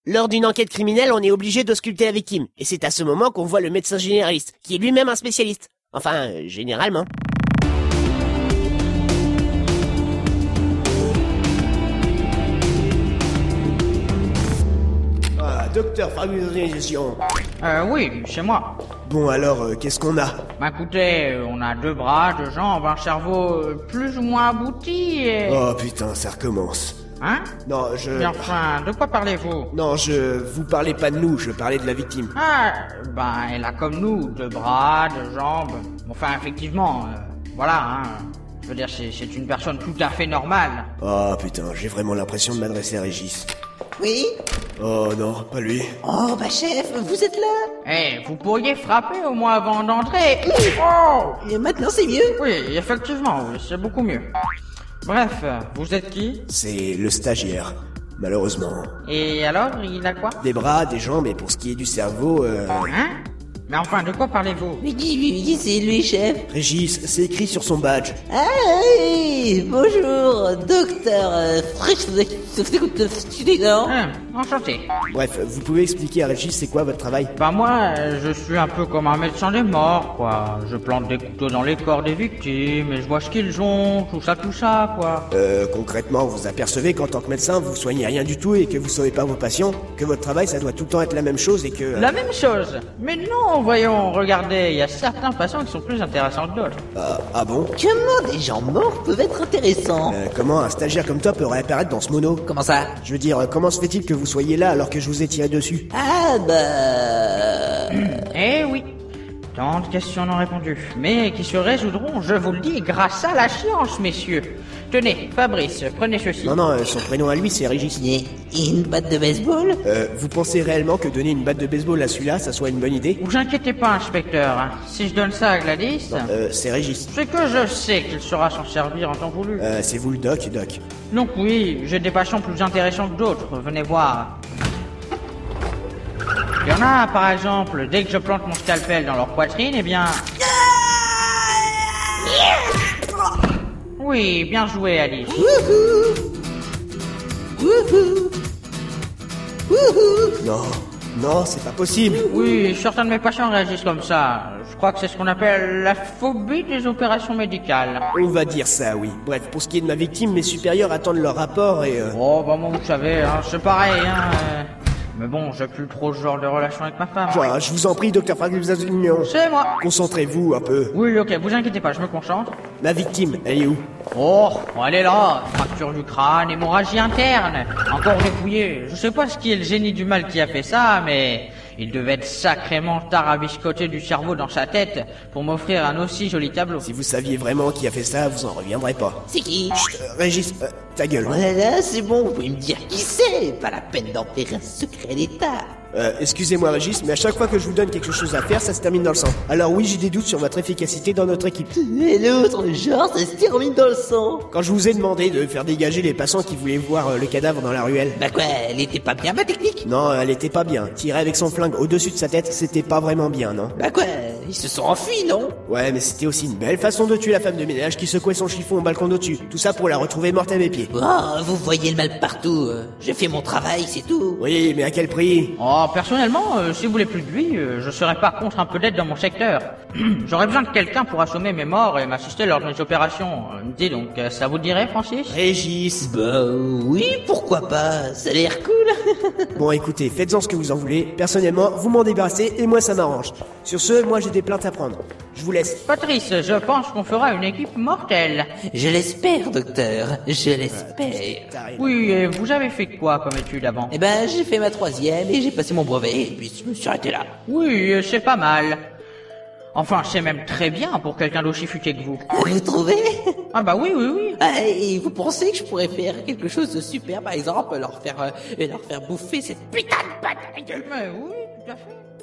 Lors d'une enquête criminelle, on est obligé d'ausculter la victime. Et c'est à ce moment qu'on voit le médecin généraliste, qui est lui-même un spécialiste. Enfin, généralement. Ah, docteur Fragmentation. Oui, c'est moi. Bon alors, qu'est-ce qu'on a? Bah écoutez, on a 2 bras, 2 jambes, un cerveau plus ou moins abouti et... Oh putain, ça recommence. Hein? Non, Mais enfin, de quoi parlez-vous? Non, vous parlez pas de nous, je parlais de la victime. Ah, ben elle a comme nous, 2 bras, 2 jambes. Enfin, effectivement, voilà, hein. Je veux dire, c'est une personne tout à fait normale. Oh putain, j'ai vraiment l'impression de m'adresser à Régis. Oui? Oh non, pas lui. Oh, bah chef, vous êtes là? Vous pourriez frapper au moins avant d'entrer. Oh! Et maintenant c'est mieux? Oui, effectivement, oui, c'est beaucoup mieux. Bref, vous êtes qui? C'est le stagiaire, malheureusement. Et alors, il a quoi? Des bras, des jambes, et pour ce qui est du cerveau, Hein? Mais enfin, de quoi parlez-vous? Mais dis, c'est lui, chef. Régis, c'est écrit sur son badge. Ah oui, bonjour, docteur Enchanté. Bref, vous pouvez expliquer à Régis c'est quoi votre travail? Bah moi, je suis un peu comme un médecin des morts, quoi. Je plante des couteaux dans les corps des victimes, et je vois ce qu'ils ont, tout ça, quoi. Concrètement, vous apercevez qu'en tant que médecin, vous soignez rien du tout et que vous sauvez pas vos patients, que votre travail, ça doit tout le temps être la même chose et que... La même chose. Mais non, voyons, regardez, il y a certains patients qui sont plus intéressants que d'autres. Ah bon? Comment des gens morts peuvent être intéressants? Comment un stagiaire comme toi peut réapparaître dans ce mono? Comment ça? Je veux dire, comment se fait-il que vous soyez là alors que je vous ai tiré dessus? Ah bah... Eh oui. Tant de questions non répondues, mais qui se résoudront, je vous le dis, grâce à la science, messieurs. Tenez, Fabrice, prenez ceci. Non, son prénom à lui, c'est Régis. Et une batte de baseball? Vous pensez réellement que donner une batte de baseball à celui-là, ça soit une bonne idée? Vous inquiétez pas, inspecteur. Hein. Si je donne ça à Gladys... C'est Régis. C'est que je sais qu'il saura s'en servir en temps voulu. C'est vous le doc. Donc oui, j'ai des patients plus intéressants que d'autres, venez voir. Il y en a, par exemple, dès que je plante mon scalpel dans leur poitrine, eh bien... Oui, bien joué, Alice. Non, c'est pas possible. Oui, certains de mes patients réagissent comme ça. Je crois que c'est ce qu'on appelle la phobie des opérations médicales. On va dire ça, oui. Bref, pour ce qui est de ma victime, mes supérieurs attendent leur rapport et... Oh, bah moi, vous savez, hein, c'est pareil, hein. Mais bon, j'ai plus trop ce genre de relation avec ma femme. Voilà, je vous en prie, docteur Fragmentation. C'est moi. Concentrez-vous un peu. Oui, ok, vous inquiétez pas, je me concentre. Ma victime, elle est où? Oh, elle est là. Fracture du crâne, hémorragie interne. Encore dépouillée. Je sais pas ce qui est le génie du mal qui a fait ça, mais... il devait être sacrément tarabiscoté du cerveau dans sa tête pour m'offrir un aussi joli tableau. Si vous saviez vraiment qui a fait ça, vous en reviendrez pas. C'est qui? Chut, Régis, ta gueule. Voilà, c'est bon, vous pouvez me dire qui c'est. Pas la peine d'en faire un secret d'État. Excusez-moi Régis, mais à chaque fois que je vous donne quelque chose à faire, ça se termine dans le sang. Alors oui, j'ai des doutes sur votre efficacité dans notre équipe. Et l'autre, genre, ça se termine dans le sang. Quand je vous ai demandé de faire dégager les passants qui voulaient voir le cadavre dans la ruelle... Bah quoi, elle était pas bien ma technique? Non, elle était pas bien. Tirer avec son flingue au-dessus de sa tête, c'était pas vraiment bien, non? Bah quoi, ils se sont enfuis, non? Ouais, mais c'était aussi une belle façon de tuer la femme de ménage qui secouait son chiffon au balcon d'au-dessus. Tout ça pour la retrouver morte à mes pieds. Oh, vous voyez le mal partout. Je fais mon travail, c'est tout. Oui, mais à quel prix? Oh, personnellement, si vous voulez plus de lui, je serais pas contre un peu d'aide dans mon secteur. J'aurais besoin de quelqu'un pour assommer mes morts et m'assister lors de mes opérations. Dis donc, ça vous dirait, Francis? Régis. Bah oui, pourquoi pas, ça a l'air cool. Bon, écoutez, faites-en ce que vous en voulez. Personnellement, vous m'en débarrassez et moi ça m'arrange. Sur ce, moi j'ai des plaintes à prendre. Je vous laisse. Patrice, je pense qu'on fera une équipe mortelle. Je l'espère, docteur, je l'espère. Oui, et vous avez fait quoi comme étude avant? Eh ben, j'ai fait ma 3e et j'ai passé mon brevet et puis je me suis arrêté là. Oui, c'est pas mal. Enfin, c'est même très bien pour quelqu'un d'aussi futé que vous. Vous trouvez? Ah bah oui. Ah, et vous pensez que je pourrais faire quelque chose de super, par exemple, leur faire bouffer cette putain de patte à la gueule? Mais oui, tout à fait.